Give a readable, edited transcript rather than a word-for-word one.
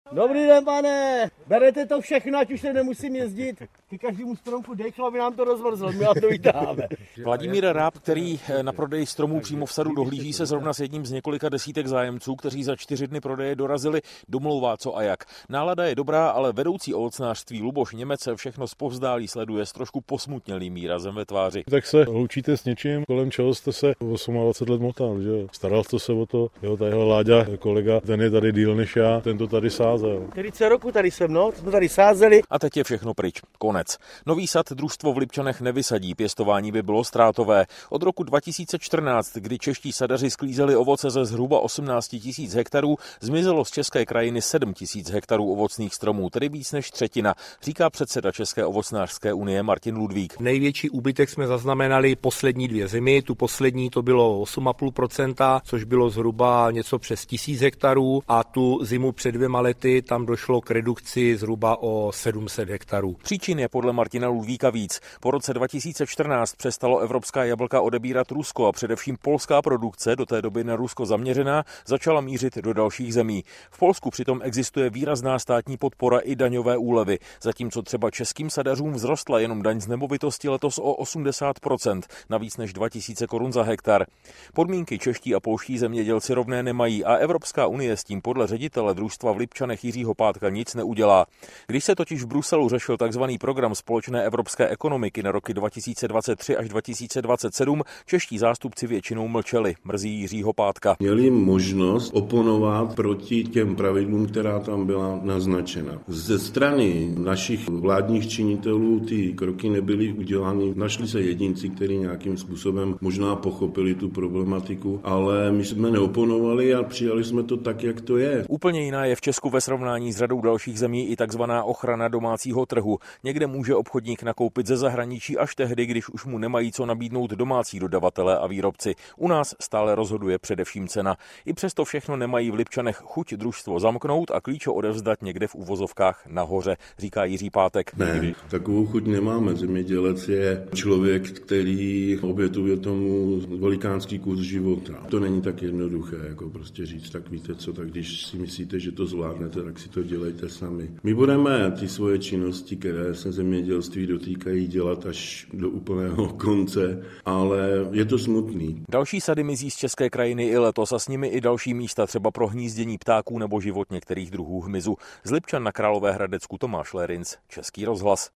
Dobrý den, pane. Berete to všechno, ať už se nemusím jezdit. Ty každému stromku dechlo, aby nám to rozmrzlo, my vám to vytáháme. Vladimír Ráb, který na prodej stromů přímo v sadu dohlíží, se zrovna s jedním z několika desítek zájemců, kteří za 4 dny prodeje dorazili, domlouvá co a jak. Nálada je dobrá, ale vedoucí ovocnářství Luboš Němec se všechno zpovzdálí sleduje s trošku posmutnělým výrazem ve tváři. Tak se loučíte s něčím, kolem čeho jste se 28 let motal, že jo? Staral jste se o to, jo, tadyhle Láďa, kolega, ten je tady díl než já, ten to tady sázel. 40 roku tady jsem, no, jsme tady sázeli. A teď je všechno pryč. Konec. Nový sad družstvo v Lipčanech nevysadí, pěstování by bylo ztrátové. Od roku 2014, kdy čeští sadaři sklízeli ovoce ze zhruba 18 000 hektarů, zmizelo z české krajiny 7 000 hektarů ovocných stromů, tedy víc než třetina, říká předseda České ovocnářské unie Martin Ludvík. Největší úbytek jsme zaznamenali poslední 2 zimy, tu poslední to bylo 8,5%, což bylo zhruba něco přes 1000 hektarů a tu zimu před 2 lety tam došlo k redukci zhruba o 700 hektarů. Příčin je podle Martina Ludvíka víc. Po roce 2014 přestalo evropská jablka odebírat Rusko a především polská produkce, do té doby na Rusko zaměřená, začala mířit do dalších zemí. V Polsku přitom existuje výrazná státní podpora i daňové úlevy, zatímco třeba českým sadařům vzrostla jenom daň z nemovitosti letos o 80%, na víc než 2000 korun za hektar. Podmínky čeští a polští zemědělci rovné nemají a Evropská unie s tím podle ředitele družstva v Lipčanech Jiřího Pátka nic neudělá. Když se totiž v Bruselu řešil takzvaný program společné evropské ekonomiky na roky 2023 až 2027, čeští zástupci většinou mlčeli, mrzí Jiřího Pátka. Měli možnost oponovat proti těm pravidlům, která tam byla naznačena. Ze strany našich vládních činitelů ty kroky nebyly udělány. Našli se jedinci, kteří nějakým způsobem možná pochopili tu problematiku, ale my jsme neoponovali a přijali jsme to tak, jak to je. Úplně jiná je v Česku ve srovnání s řadou dalších zemí i takzvaná ochrana domácího trhu. Někde může obchodník nakoupit ze zahraničí až tehdy, když už mu nemají co nabídnout domácí dodavatelé a výrobci. U nás stále rozhoduje především cena. I přesto všechno nemají v Lipčanech chuť družstvo zamknout a klíče odevzdat někde v uvozovkách nahoře, říká Jiří Pátek. Ne, takovou chuť nemáme. Zemědělec je člověk, který obětuje tomu velikánský kus života. To není tak jednoduché, jako prostě říct, tak víte co, tak když si myslíte, že to zvládnete, tak si to dělejte sami. My budeme ty svoje činnosti, které se zemědělství dotýkají, dělat až do úplného konce, ale je to smutný. Další sady mizí z české krajiny i letos a s nimi i další místa, třeba pro hnízdění ptáků nebo život některých druhů hmyzu. Z Lipčan na Královéhradecku Tomáš Lérinc, Český rozhlas.